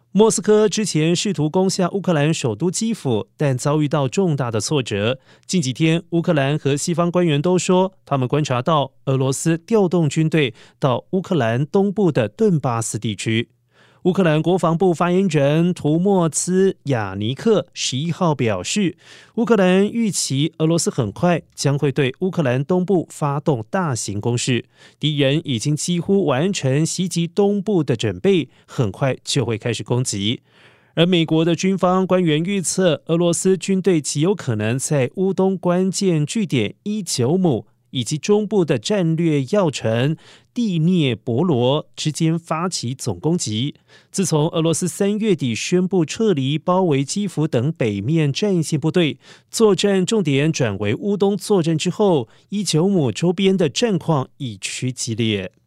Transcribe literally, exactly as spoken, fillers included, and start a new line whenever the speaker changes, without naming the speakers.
莫斯科之前试图攻下乌克兰首都基辅，但遭遇到重大的挫折。近几天，乌克兰和西方官员都说，他们观察到俄罗斯调动军队到乌克兰东部的顿巴斯地区。乌克兰国防部发言人图莫兹亚尼克十一号表示，乌克兰预期俄罗斯很快将会对乌克兰东部发动大型攻势，敌人已经几乎完成袭击东部的准备，很快就会开始攻击。而美国的军方官员预测，俄罗斯军队极有可能在乌东关键据点伊久姆以及中部的战略要城第聂伯罗之间发起总攻击。自从俄罗斯三月底宣布撤离包围基辅等北面战线部队，作战重点转为乌东作战之后，伊久姆周边的战况日趋激烈。